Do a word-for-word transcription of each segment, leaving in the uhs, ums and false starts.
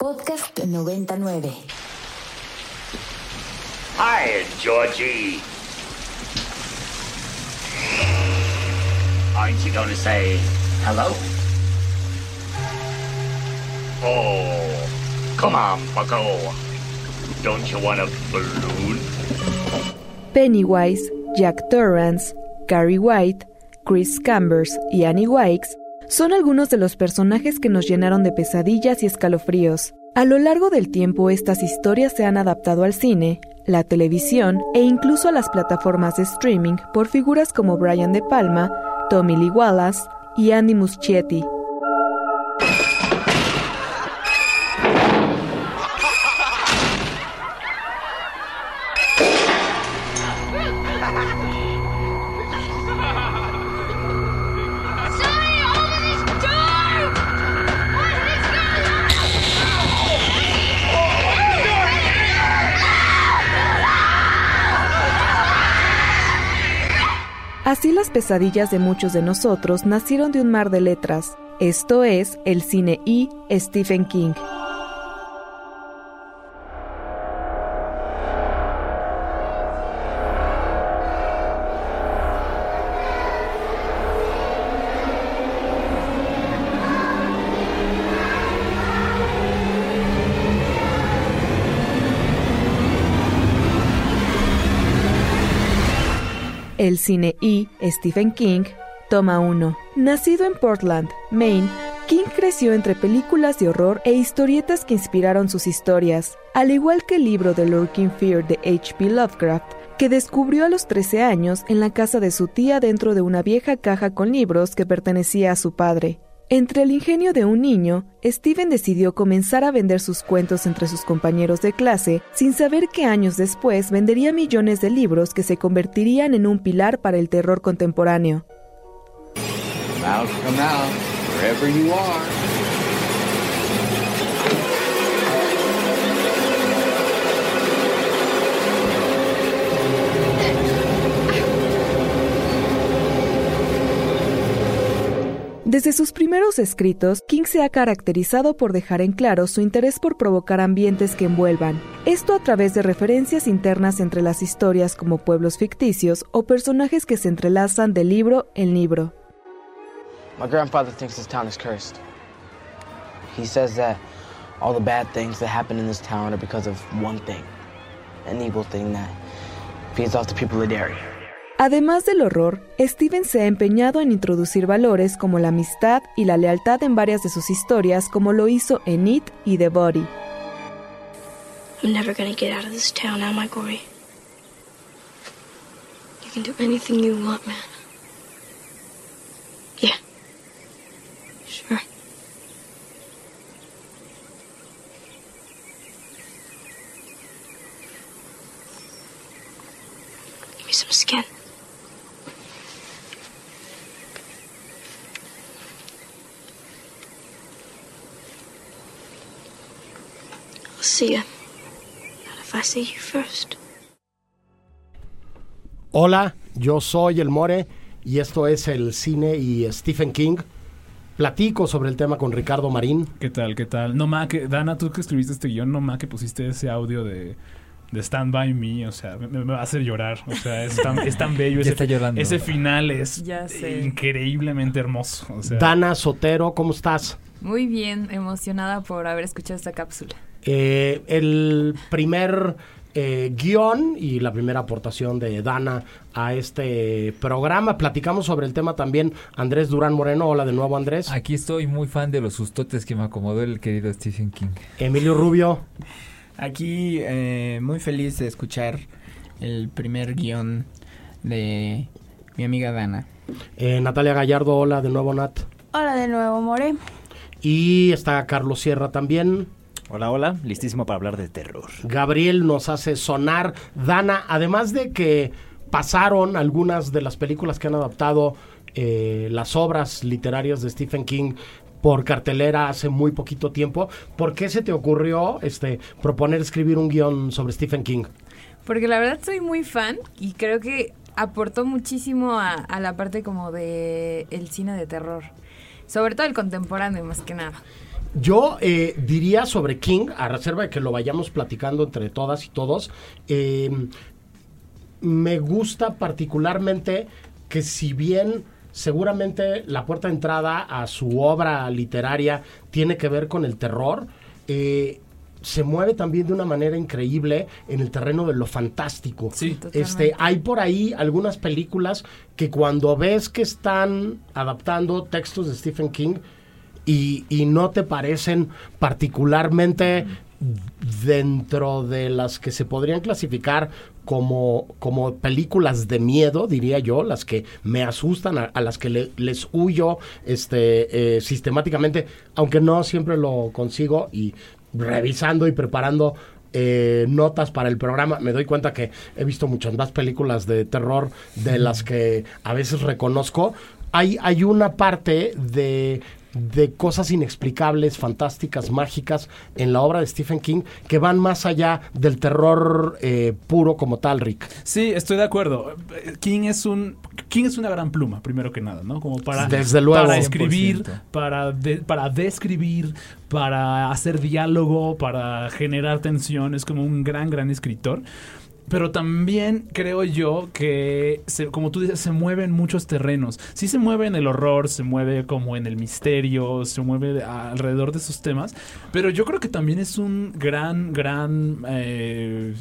Podcast noventa y nueve. Hi, Georgie. Aren't you going to say hello? Oh, come on, bucko. Don't you want a balloon? Pennywise, Jack Torrance, Carrie White, Chris Chambers y Annie Wilkes son algunos de los personajes que nos llenaron de pesadillas y escalofríos. A lo largo del tiempo, estas historias se han adaptado al cine, la televisión e incluso a las plataformas de streaming por figuras como Brian De Palma, Tommy Lee Wallace y Andy Muschietti. Así las pesadillas de muchos de nosotros nacieron de un mar de letras. Esto es el cine y Stephen King. El cine y Stephen King, toma uno. Nacido en Portland, Maine, King creció entre películas de horror e historietas que inspiraron sus historias, al igual que el libro The Lurking Fear de H P Lovecraft, que descubrió a los trece años en la casa de su tía dentro de una vieja caja con libros que pertenecía a su padre. Entre el ingenio de un niño, Stephen decidió comenzar a vender sus cuentos entre sus compañeros de clase, sin saber que años después vendería millones de libros que se convertirían en un pilar para el terror contemporáneo. Out, come out, wherever you are. Desde sus primeros escritos, King se ha caracterizado por dejar en claro su interés por provocar ambientes que envuelvan. Esto a través de referencias internas entre las historias como pueblos ficticios o personajes que se entrelazan de libro en libro. My grandfather thinks this town is cursed. He says that all the bad things that happen in this town are because of one thing, an evil thing that feeds off the people of the area. Además del horror, Stephen se ha empeñado en introducir valores como la amistad y la lealtad en varias de sus historias, como lo hizo en It y The Body. I'm never gonna get out of this town, am I, Gory? You can do anything you want, man. Yeah. Sure. Give me some skin. See you. Not if I see you first. Hola, yo soy el More y esto es el cine y Stephen King. Platico sobre el tema con Ricardo Marín. ¿Qué tal? ¿Qué tal? No más que Dana, tú que escribiste este guión, no más que pusiste ese audio de de Stand By Me, o sea, me, me va a hacer llorar, o sea, es tan, es tan bello. Ya ese, está llorando. Ese final es increíblemente hermoso. O sea. Dana Sotero, ¿cómo estás? Muy bien, emocionada por haber escuchado esta cápsula. Eh, el primer eh, guión y la primera aportación de Dana a este programa. Platicamos sobre el tema también Andrés Durán Moreno. Hola de nuevo, Andrés. Aquí estoy muy fan de los sustotes que me acomodó el querido Stephen King. Emilio Rubio. Aquí eh, muy feliz de escuchar el primer guión de mi amiga Dana. Eh, Natalia Gallardo, hola de nuevo, Nat. Hola de nuevo, More. Y está Carlos Sierra también. Hola, hola, listísimo para hablar de terror. Gabriel nos hace sonar. Dana, además de que pasaron algunas de las películas que han adaptado eh, las obras literarias de Stephen King por cartelera hace muy poquito tiempo, ¿por qué se te ocurrió este proponer escribir un guión sobre Stephen King? Porque la verdad soy muy fan y creo que aportó muchísimo a, a la parte como de el cine de terror, sobre todo el contemporáneo más que nada. Yo eh, diría sobre King, a reserva de que lo vayamos platicando entre todas y todos, eh, me gusta particularmente que si bien seguramente la puerta de entrada a su obra literaria tiene que ver con el terror, eh, se mueve también de una manera increíble en el terreno de lo fantástico. Sí, este, hay por ahí algunas películas que cuando ves que están adaptando textos de Stephen King y, y no te parecen particularmente dentro de las que se podrían clasificar como, como películas de miedo, diría yo, las que me asustan, a, a las que le, les huyo este, eh, sistemáticamente, aunque no siempre lo consigo, y revisando y preparando eh, notas para el programa, me doy cuenta que he visto muchas más películas de terror de las que a veces reconozco. Hay, hay una parte de... de cosas inexplicables, fantásticas, mágicas en la obra de Stephen King que van más allá del terror eh, puro como tal, Rick. Sí, estoy de acuerdo. King es un King es una gran pluma, primero que nada, ¿no? Como para, Desde luego, para escribir, cien por ciento. para, de, para describir, para hacer diálogo, para generar tensión. Es como un gran, gran escritor. Pero también creo yo que, se, como tú dices, se mueve en muchos terrenos. Sí se mueve en el horror, se mueve como en el misterio, se mueve alrededor de esos temas. Pero yo creo que también es un gran, gran eh,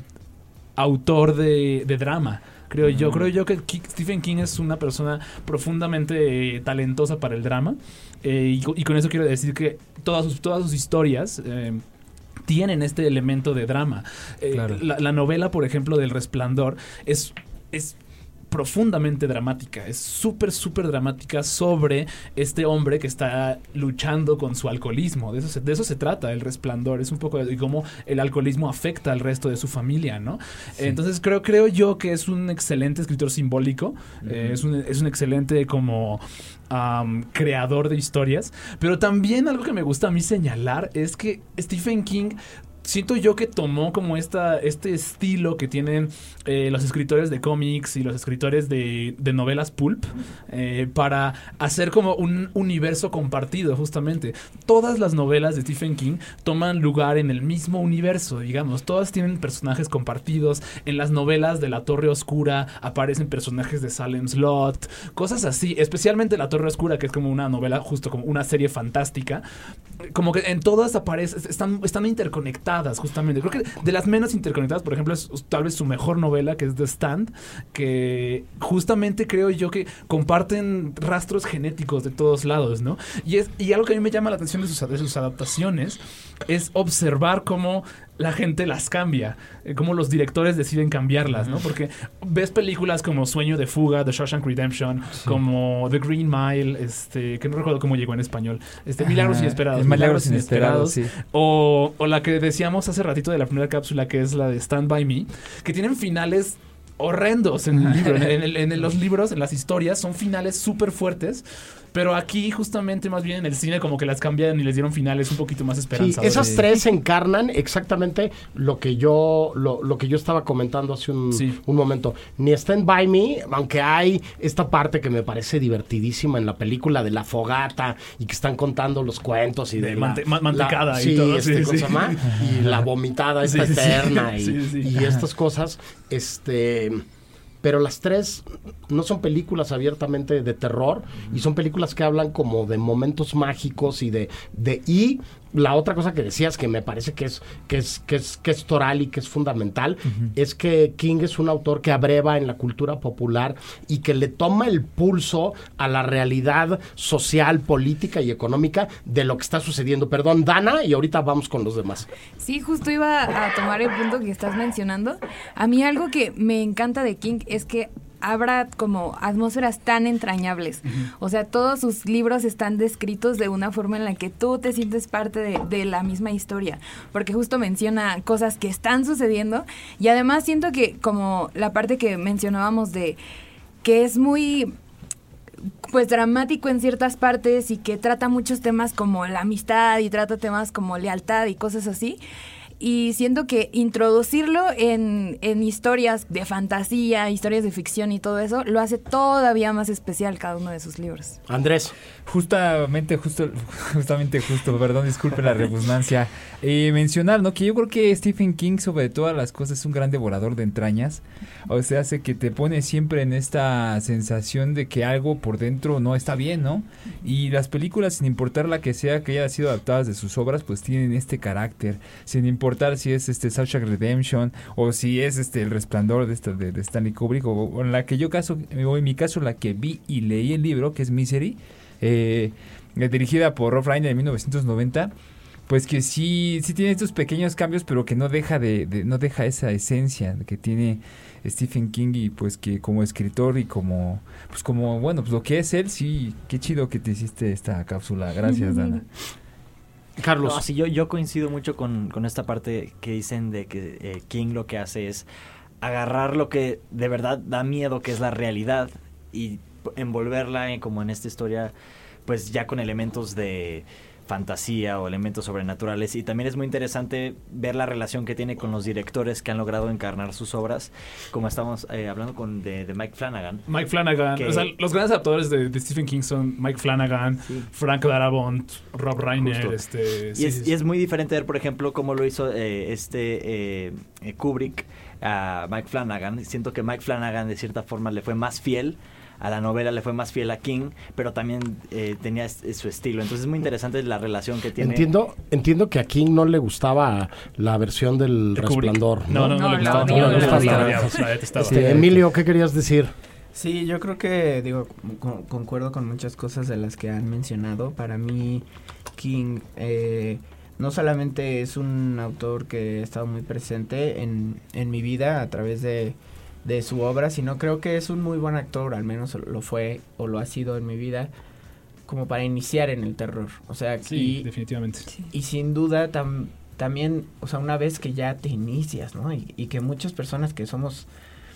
autor de, de drama. Creo yo, creo yo que Stephen King es una persona profundamente eh, talentosa para el drama. Eh, y, y con eso quiero decir que todas sus, todas sus historias... Eh, tienen este elemento de drama. Eh, Claro. la, la novela, por ejemplo, del Resplandor es, es profundamente dramática. Es súper, súper dramática sobre este hombre que está luchando con su alcoholismo. De eso se, de eso se trata El Resplandor. Es un poco de cómo el alcoholismo afecta al resto de su familia, ¿no? Sí. Entonces creo, creo yo que es un excelente escritor simbólico. Uh-huh. eh, es, un, es un excelente como... Um, creador de historias. Pero también algo que me gusta a mí señalar es que Stephen King, siento yo que tomó como esta, este estilo que tienen eh, los escritores de cómics y los escritores de, de novelas pulp eh, para hacer como un universo compartido, justamente. Todas las novelas de Stephen King toman lugar en el mismo universo, digamos. Todas tienen personajes compartidos. En las novelas de La Torre Oscura aparecen personajes de Salem's Lot, cosas así. Especialmente La Torre Oscura, que es como una novela, justo como una serie fantástica. Como que en todas aparecen, están, están interconectadas, justamente. Creo que de las menos interconectadas, por ejemplo, es tal vez su mejor novela, que es The Stand, que justamente creo yo que comparten rastros genéticos de todos lados, ¿no? Y, es, y algo que a mí me llama la atención de sus, de sus adaptaciones es observar cómo la gente las cambia, eh, cómo los directores deciden cambiarlas, ¿no? Porque ves películas como Sueño de Fuga, The Shawshank Redemption, sí. como The Green Mile, este, que no recuerdo cómo llegó en español, este, Milagros Ajá, Inesperados. Milagros Inesperados, Inesperados, sí. o, o la que decíamos hace ratito de la primera cápsula, que es la de Stand By Me, que tienen finales horrendos en el libro, en, en, en, en los libros, en las historias, son finales súper fuertes. Pero aquí, justamente, más bien en el cine, como que las cambian y les dieron finales un poquito más esperanzadores. Sí, esas tres encarnan exactamente lo que yo lo, lo que yo estaba comentando hace un, sí. un momento. Ni Stand By Me, aunque hay esta parte que me parece divertidísima en la película de la fogata y que están contando los cuentos y de, de mante la, mantecada la, y sí, todo. Este, sí, cosa sí. más, y la vomitada esta sí, eterna sí. y, Sí, sí. y estas cosas, este... pero las tres no son películas abiertamente de terror y son películas que hablan como de momentos mágicos y de, de y la otra cosa que decías que me parece que es que es que es que es toral y que es fundamental uh-huh. es que King es un autor que abreva en la cultura popular y que le toma el pulso a la realidad social, política y económica de lo que está sucediendo. Perdón, Dana, y ahorita vamos con los demás. Sí, justo iba a tomar el punto que estás mencionando. A mí algo que me encanta de King es que habrá como atmósferas tan entrañables. Uh-huh. O sea, todos sus libros están descritos de una forma en la que tú te sientes parte de, de la misma historia, porque justo menciona cosas que están sucediendo y además siento que como la parte que mencionábamos de que es muy pues dramático en ciertas partes y que trata muchos temas como la amistad y trata temas como lealtad y cosas así. y siento que introducirlo en, en historias de fantasía, historias de ficción y todo eso, lo hace todavía más especial cada uno de sus libros. Andrés. Justamente, justo, justamente justo, perdón, disculpe la redundancia. Eh, mencionar, ¿no? Que yo creo que Stephen King, sobre todas las cosas, es un gran devorador de entrañas. O sea, hace que te pone siempre en esta sensación de que algo por dentro no está bien, ¿no? Y las películas, sin importar la que sea, que hayan sido adaptadas de sus obras, pues tienen este carácter. Sin importar si es este Shawshank Redemption o si es este El Resplandor de, esta, de, de Stanley Kubrick, o, o en la que yo caso, o en mi caso la que vi y leí el libro, que es Misery, eh, dirigida por Rob Reiner en mil novecientos noventa. Pues que sí, sí tiene estos pequeños cambios, pero que no deja de, de no deja esa esencia que tiene Stephen King, y pues que como escritor y como pues como bueno, pues lo que es él, sí, qué chido que te hiciste esta cápsula. Gracias, Dana. Carlos. No, sí, yo, yo coincido mucho con, con esta parte que dicen de que eh, King lo que hace es agarrar lo que de verdad da miedo, que es la realidad, y envolverla en, como en esta historia, pues ya con elementos de fantasía o elementos sobrenaturales. Y también es muy interesante ver la relación que tiene con los directores que han logrado encarnar sus obras, como estamos eh, hablando con de, de Mike Flanagan. Mike Flanagan, que, o sea, los grandes adaptadores de, de Stephen King son Mike Flanagan, sí. Frank Darabont, Rob Reiner. Este, y, sí, es, sí, sí. y es muy diferente ver, por ejemplo, cómo lo hizo eh, este eh, Kubrick a Mike Flanagan. Siento que Mike Flanagan de cierta forma le fue más fiel a la novela, le fue más fiel a King, pero también eh, tenía su estilo. Entonces es muy interesante la relación que tiene. Entiendo, entiendo que a King no le gustaba la versión del Resplandor. No, no, no, no, no, no, no, no, este, Emilio, ¿qué querías decir? Sí, yo creo que, digo, con, concuerdo con muchas cosas de las que han mencionado. Para mí, King eh, no solamente es un autor que ha estado muy presente en, en mi vida a través de de su obra, sino creo que es un muy buen actor, al menos lo fue o lo ha sido en mi vida, como para iniciar en el terror. O sea, sí, y, definitivamente. Y sin duda tam, también, o sea, una vez que ya te inicias, ¿no? Y, y que muchas personas que somos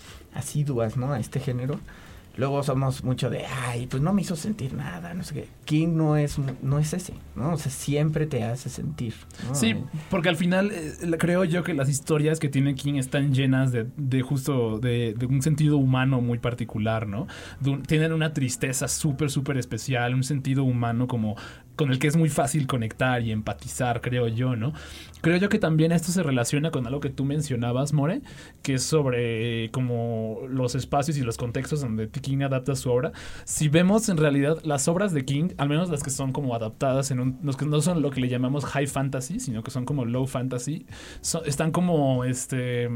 asiduas, ¿no? A este género, luego somos mucho de, ay, pues no me hizo sentir nada, no sé qué. King no es no es ese, ¿no? O sea, siempre te hace sentir, ¿no? Sí, porque al final eh, creo yo que las historias que tiene King están llenas de, de justo de, de un sentido humano muy particular, ¿no? De un, tienen una tristeza súper, súper especial, un sentido humano como con el que es muy fácil conectar y empatizar, creo yo, ¿no? Creo yo que también esto se relaciona con algo que tú mencionabas, More, que es sobre eh, como los espacios y los contextos donde King adapta su obra. Si vemos en realidad las obras de King, al menos las que son como adaptadas en un, los que no son lo que le llamamos high fantasy, sino que son como low fantasy, son, están como este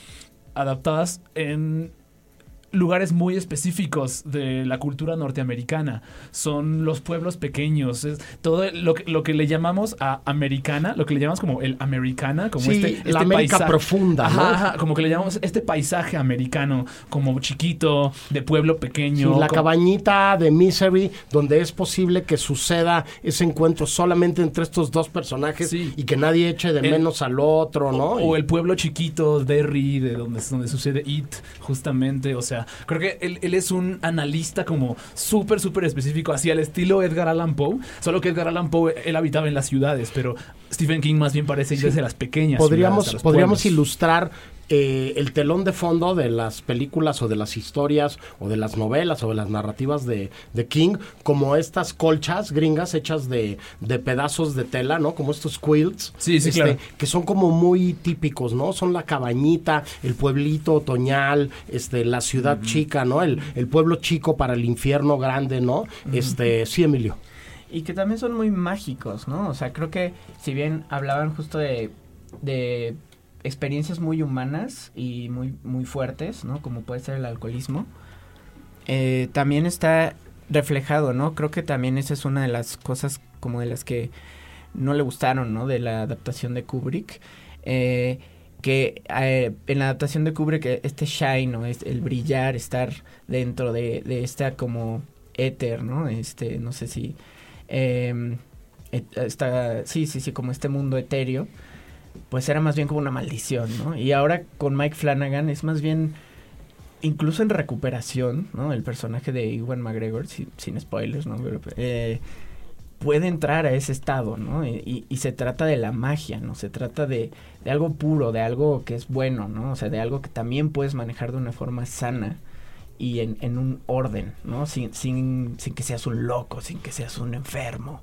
adaptadas en lugares muy específicos de la cultura norteamericana. Son los pueblos pequeños, es todo lo que, lo que le llamamos a americana, lo que le llamamos como el americana, como sí, este, la este América paisaje profunda, ¿no? Ajá, ajá, como que le llamamos este paisaje americano, como chiquito, de pueblo pequeño. Sí, la como... cabañita de Misery, donde es posible que suceda ese encuentro solamente entre estos dos personajes, sí, y que nadie eche de el, menos al otro, ¿no? O, o el pueblo chiquito, Derry, de donde, donde sucede It, justamente, o sea, creo que él, él es un analista como súper, súper específico, así al estilo Edgar Allan Poe, solo que Edgar Allan Poe, él habitaba en las ciudades, pero Stephen King más bien parece ir sí. desde las pequeñas podríamos, ciudades, podríamos ilustrar eh, el telón de fondo de las películas o de las historias o de las novelas o de las narrativas de, de King, como estas colchas gringas hechas de, de pedazos de tela, ¿no? Como estos quilts, sí, sí, este, claro, que son como muy típicos, ¿no? Son la cabañita, el pueblito otoñal, este, la ciudad uh-huh. chica, ¿no? El, el pueblo chico para el infierno grande, ¿no? Uh-huh. Este, sí, Emilio. Y que también son muy mágicos, ¿no? O sea, creo que si bien hablaban justo de, de experiencias muy humanas y muy, muy fuertes, ¿no? Como puede ser el alcoholismo, eh, también está reflejado, ¿no? Creo que también esa es una de las cosas como de las que no le gustaron, ¿no? De la adaptación de Kubrick, eh, que eh, en la adaptación de Kubrick este shine, ¿no? Es el brillar, estar dentro de, de esta como éter, ¿no? Este, no sé si... Eh, esta, sí, sí, sí, como este mundo etéreo, pues era más bien como una maldición, ¿no? Y ahora con Mike Flanagan es más bien, incluso en recuperación, ¿no? El personaje de Ewan McGregor, sin, sin spoilers, ¿no? Pero, eh, puede entrar a ese estado, ¿no? Y, y, y se trata de la magia, ¿no? Se trata de, de algo puro, de algo que es bueno, ¿no? O sea, de algo que también puedes manejar de una forma sana y en, en un orden, ¿no? Sin, sin, sin que seas un loco, sin que seas un enfermo.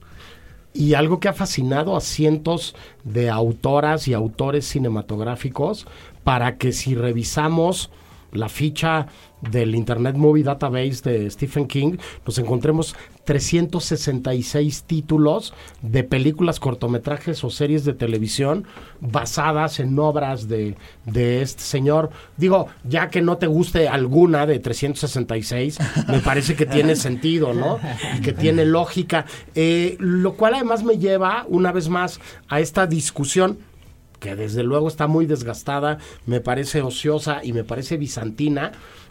Y algo que ha fascinado a cientos de autoras y autores cinematográficos, para que si revisamos la ficha del Internet Movie Database de Stephen King, nos encontremos trescientos sesenta y seis títulos de películas, cortometrajes o series de televisión basadas en obras de, de este señor. Digo, ya que no te guste alguna de trescientos sesenta y seis, me parece que tiene sentido, ¿no? Y que tiene lógica. Eh, lo cual además me lleva, una vez más, a esta discusión que desde luego está muy desgastada, me parece ociosa y me parece bizantina,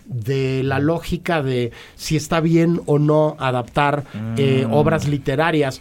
de la lógica de si está bien o no adaptar mm. eh, obras literarias.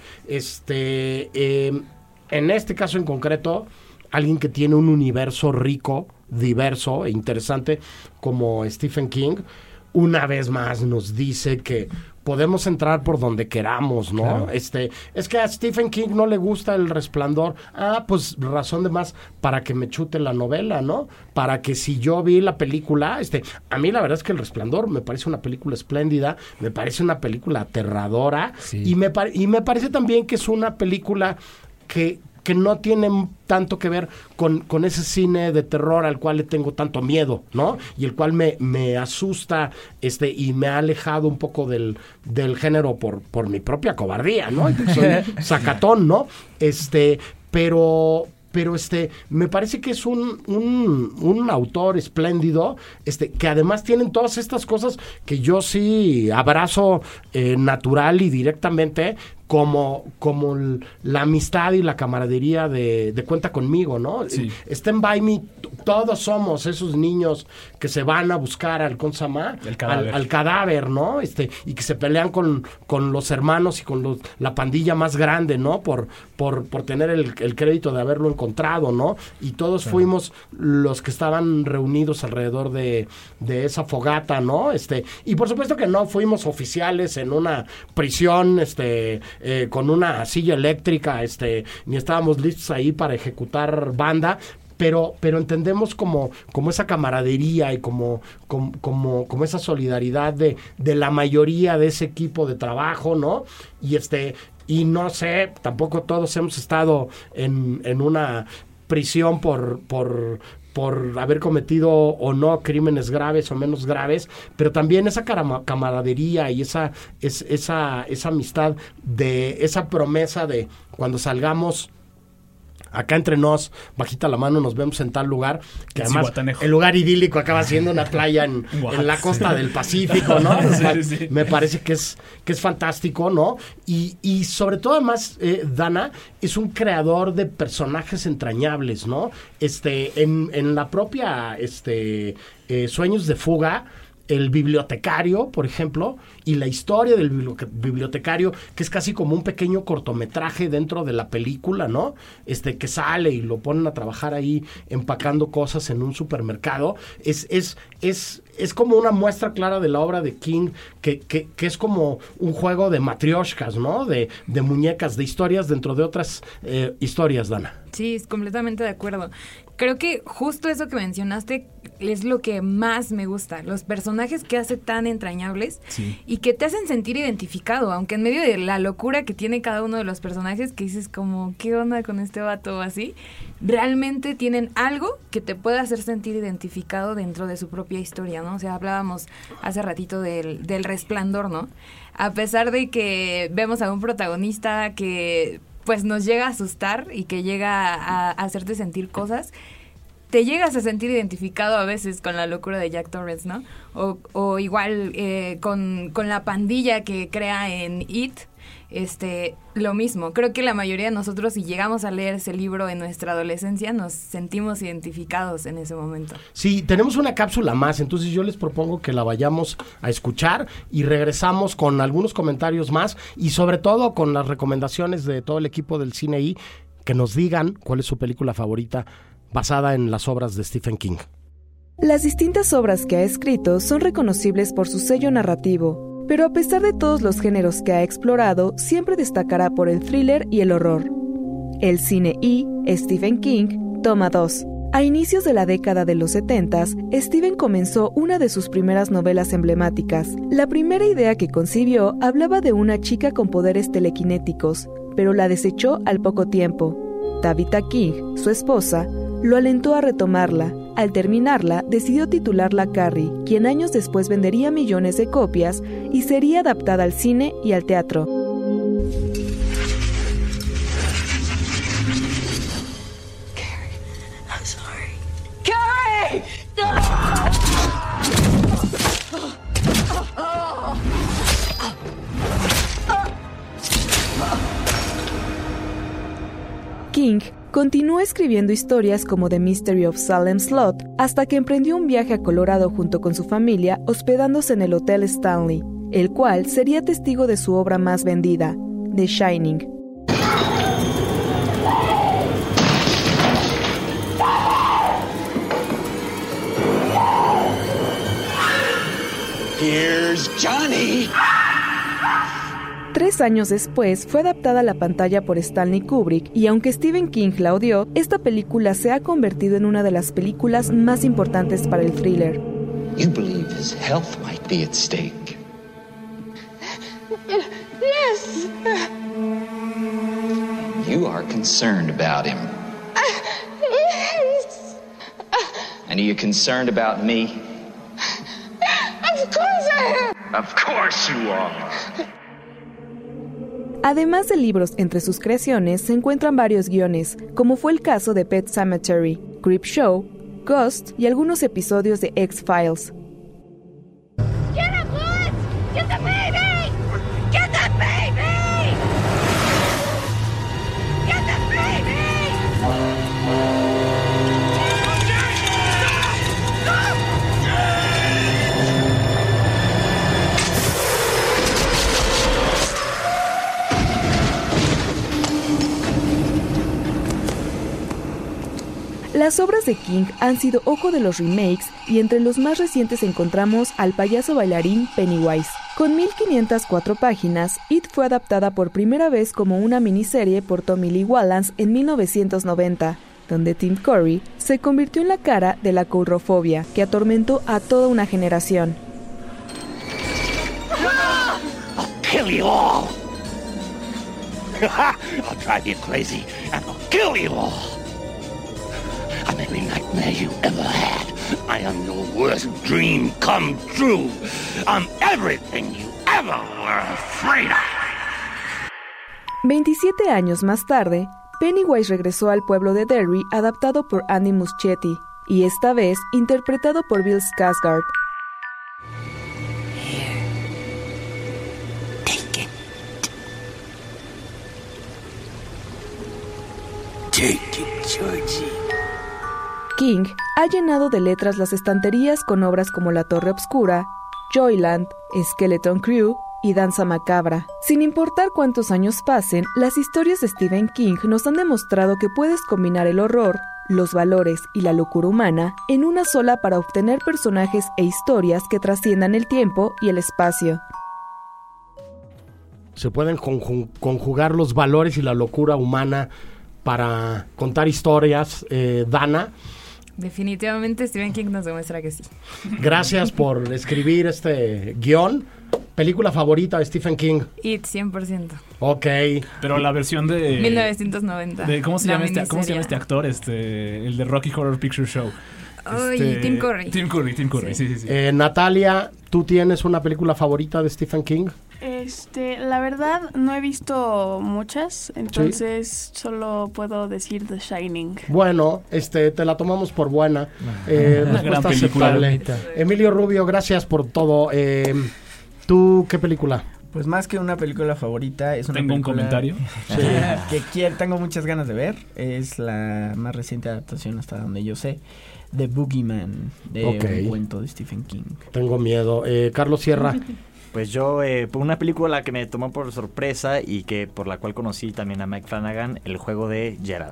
Este, eh, en este caso en concreto, alguien que tiene un universo rico, diverso e interesante como Stephen King, una vez más nos dice que podemos entrar por donde queramos, ¿no? Claro. Este, es que a Stephen King no le gusta El Resplandor. Ah, pues razón de más para que me chute la novela, ¿no? Para que si yo vi la película, este, a mí la verdad es que El Resplandor me parece una película espléndida, me parece una película aterradora, sí. y me pare- y me parece también que es una película que que no tienen tanto que ver con, con ese cine de terror al cual le tengo tanto miedo, ¿no? Y el cual me, me asusta, este, y me ha alejado un poco del, del género por, por mi propia cobardía, ¿no? Soy sacatón, ¿no? Este, pero... pero este me parece que es un, un, un autor espléndido, este, que además tienen todas estas cosas que yo sí abrazo eh, natural y directamente, como, como el, la amistad y la camaradería de, de Cuenta Conmigo, ¿no? Sí. Stand By Me, todos somos esos niños que se van a buscar al Consama, al, al cadáver, ¿no? Este, y que se pelean con, con los hermanos y con los, la pandilla más grande, ¿no? Por, por, por tener el, el crédito de haberlo encontrado, ¿no? Y todos sí. fuimos los que estaban reunidos alrededor de, de esa fogata, ¿no? Este, y por supuesto que no fuimos oficiales en una prisión, este, eh, con una silla eléctrica, este, ni estábamos listos ahí para ejecutar banda, pero pero entendemos como, como esa camaradería y como, como, como, como esa solidaridad de, de la mayoría de ese equipo de trabajo, ¿no? Y este, y no sé, tampoco todos hemos estado en, en una prisión por, por, por haber cometido o no crímenes graves o menos graves, pero también esa camaradería y esa, es, esa, esa amistad, de esa promesa de cuando salgamos acá entre nos, bajita la mano, nos vemos en tal lugar, que además el lugar idílico acaba siendo una playa en, en la costa del Pacífico, ¿no? Sí, sí. Me parece que es, que es fantástico, ¿no? Y, y sobre todo además, eh, Dana es un creador de personajes entrañables, ¿no? Este, en, en la propia este, eh, Sueños de Fuga, el bibliotecario, por ejemplo, y la historia del bibliotecario, que es casi como un pequeño cortometraje dentro de la película, ¿no? Este, que sale y lo ponen a trabajar ahí empacando cosas en un supermercado. Es, es, es, es como una muestra clara de la obra de King, que, que, que es como un juego de matrioshkas, ¿no? De, de muñecas, de historias dentro de otras eh, historias, Dana. Sí, es completamente de acuerdo. Creo que justo eso que mencionaste es lo que más me gusta. Los personajes que hace tan entrañables, sí, y que te hacen sentir identificado, aunque en medio de la locura que tiene cada uno de los personajes, que dices como, ¿qué onda con este vato o así? Realmente tienen algo que te puede hacer sentir identificado dentro de su propia historia, ¿no? O sea, hablábamos hace ratito del, del Resplandor, ¿no? A pesar de que vemos a un protagonista que pues nos llega a asustar y que llega a, a hacerte sentir cosas, te llegas a sentir identificado a veces con la locura de Jack Torrance, ¿no? O, o igual eh, con, con la pandilla que crea en It, este, lo mismo. Creo que la mayoría de nosotros, si llegamos a leer ese libro en nuestra adolescencia, nos sentimos identificados en ese momento. Sí, tenemos una cápsula más, entonces yo les propongo que la vayamos a escuchar y regresamos con algunos comentarios más y sobre todo con las recomendaciones de todo el equipo del Cine I, que nos digan cuál es su película favorita basada en las obras de Stephen King. Las distintas obras que ha escrito son reconocibles por su sello narrativo, Pero a pesar de todos los géneros que ha explorado, siempre destacará por el thriller y el horror. El cine y Stephen King, toma dos. A inicios de la década de los setentas, Stephen comenzó una de sus primeras novelas emblemáticas. La primera idea que concibió hablaba de una chica con poderes telequinéticos, pero la desechó al poco tiempo. Tabitha King, su esposa, lo alentó a retomarla. Al terminarla, decidió titularla Carrie, quien años después vendería millones de copias y sería adaptada al cine y al teatro. King continuó escribiendo historias como The Mystery of Salem Slot hasta que emprendió un viaje a Colorado junto con su familia, hospedándose en el Hotel Stanley, el cual sería testigo de su obra más vendida, The Shining. Here's Johnny. Tres años después fue adaptada a la pantalla por Stanley Kubrick y aunque Stephen King la odió, esta película se ha convertido en una de las películas más importantes para el thriller. You believe his health might be at stake. Yes. You are concerned about him. Yes. And are you concerned about me? Of course I am. Of course you are. Además de libros, entre sus creaciones se encuentran varios guiones, como fue el caso de Pet Sematary, Creepshow, Ghost y algunos episodios de X-Files. Get up, Lewis! Get the baby! Get the baby! Get the baby! Las obras de King han sido ojo de los remakes y entre los más recientes encontramos al payaso bailarín Pennywise. Con mil quinientas cuatro páginas, It fue adaptada por primera vez como una miniserie por Tommy Lee Wallace en mil novecientos noventa, donde Tim Curry se convirtió en la cara de la coulrofobia que atormentó a toda una generación. I'll kill you all. I'll drive you crazy and I'll kill you all. I'm every nightmare you ever had. I am your worst dream come true. I'm everything you ever were afraid of. veintisiete años más tarde, Pennywise regresó al pueblo de Derry, adaptado por Andy Muschietti, y esta vez interpretado por Bill Skarsgård. Take it, Georgie. King ha llenado de letras las estanterías con obras como La Torre Obscura, Joyland, Skeleton Crew y Danza Macabra. Sin importar cuántos años pasen, las historias de Stephen King nos han demostrado que puedes combinar el horror, los valores y la locura humana en una sola para obtener personajes e historias que trasciendan el tiempo y el espacio. Se pueden conju- conjugar los valores y la locura humana para contar historias. eh, Dana, Definitivamente Stephen King nos demuestra que sí. gracias por escribir este guión. ¿Película favorita de Stephen King? It, cien por ciento. Ok. Pero la versión de... mil novecientos noventa. De, ¿cómo, se La llama este, ¿Cómo se llama este miniserie. actor? Este, el de Rocky Horror Picture Show. Ay, Este, Tim Curry. Tim Curry, Tim Curry, sí, sí, sí. Eh, Natalia, ¿tú tienes una película favorita de Stephen King? Este, la verdad no he visto muchas, entonces solo puedo decir The Shining. Bueno, este, te la tomamos por buena. Eh, Una respuesta gran película. aceptable. Emilio Rubio, gracias por todo. Eh, ¿Tú qué película? Pues más que una película favorita, es una Tengo un película comentario. que quiero, tengo muchas ganas de ver. Es la más reciente adaptación hasta donde yo sé, The Boogeyman, de Ok. un cuento de Stephen King. Tengo miedo. Eh, Carlos Sierra. Pues yo, eh, por una película que me tomó por sorpresa y que por la cual conocí también a Mike Flanagan, El juego de Geralt.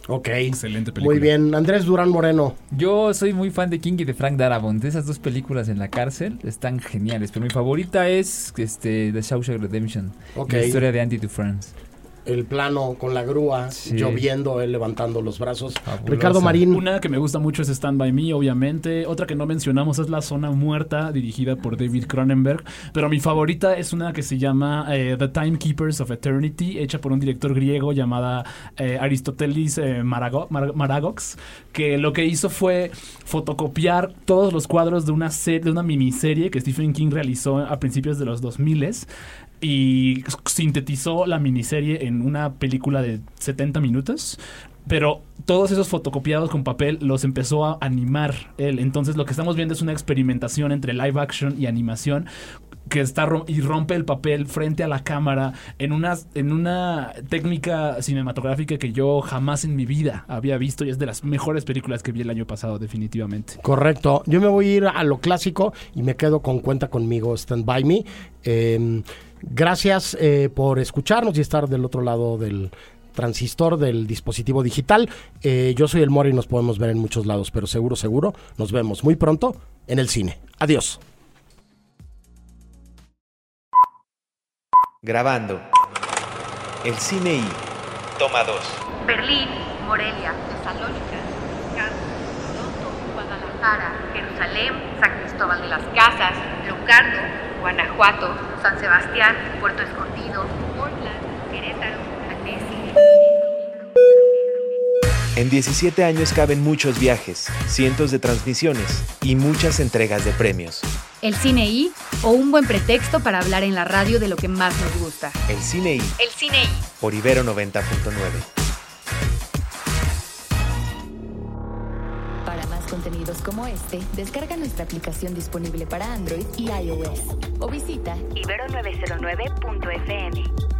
Ok. Excelente película. Muy bien. Andrés Durán Moreno. Yo soy muy fan de King y de Frank Darabont. Esas dos películas en la cárcel están geniales. Pero mi favorita es este, The Shawshank Redemption. Ok. La historia de Andy Dufresne. El plano con la grúa, Sí. lloviendo, él levantando los brazos. Fabulosa. Ricardo Marín. Una que me gusta mucho es Stand By Me, obviamente. Otra que no mencionamos es La Zona Muerta, dirigida por David Cronenberg. Pero mi favorita es una que se llama eh, The Timekeepers of Eternity, hecha por un director griego llamada eh, Aristotelis eh, Marago- Mar- Maragox, que lo que hizo fue fotocopiar todos los cuadros de una, serie, de una miniserie que Stephen King realizó a principios de los dos mil y sintetizó la miniserie en una película de setenta minutos, pero todos esos fotocopiados con papel los empezó a animar él. Entonces lo que estamos viendo es una experimentación entre live action y animación que está rom- y rompe el papel frente a la cámara en una, en una técnica cinematográfica que yo jamás en mi vida había visto, y es de las mejores películas que vi el año pasado, definitivamente. Correcto. Yo me voy a ir a lo clásico y me quedo con Cuenta Conmigo, Stand By Me. Eh, gracias eh, por escucharnos y estar del otro lado del transistor, del dispositivo digital. Eh, yo soy el Mori y nos podemos ver en muchos lados, pero seguro, seguro, nos vemos muy pronto en el cine. Adiós. Grabando. El Cine I. Toma dos. Berlín, Morelia, Tesalónica, Kansas, Toronto, Guadalajara, Jerusalén, San Cristóbal de las Casas, Locarno, Guanajuato, San Sebastián, Puerto Escondido, Portland, Querétaro, Annecy. En diecisiete años caben muchos viajes, cientos de transmisiones y muchas entregas de premios. El Cine I, o un buen pretexto para hablar en la radio de lo que más nos gusta. El Cine I. El Cine I. Por Ibero noventa punto nueve. Para más contenidos como este, descarga nuestra aplicación disponible para Android y iOS o visita ibero novecientos nueve punto f m.